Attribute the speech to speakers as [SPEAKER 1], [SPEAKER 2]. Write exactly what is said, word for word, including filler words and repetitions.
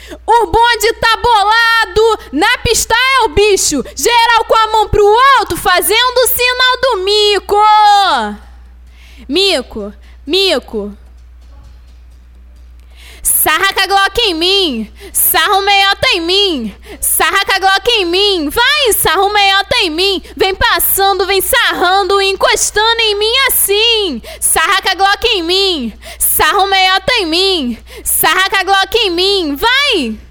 [SPEAKER 1] O bonde tá bolado, na pista é o bicho, geral com a mão pro alto, fazendo o sinal do mico. Mico, mico. Sarra com a Glock em mim, sarra o meiota em mim, sarra com a Glock em mim, vai, sarra o meiota em mim, vem passando, vem sarrando, encostando em mim assim, sarra com a Glock em mim, sarra o meiota em mim, sarra com a Glock em mim, vai!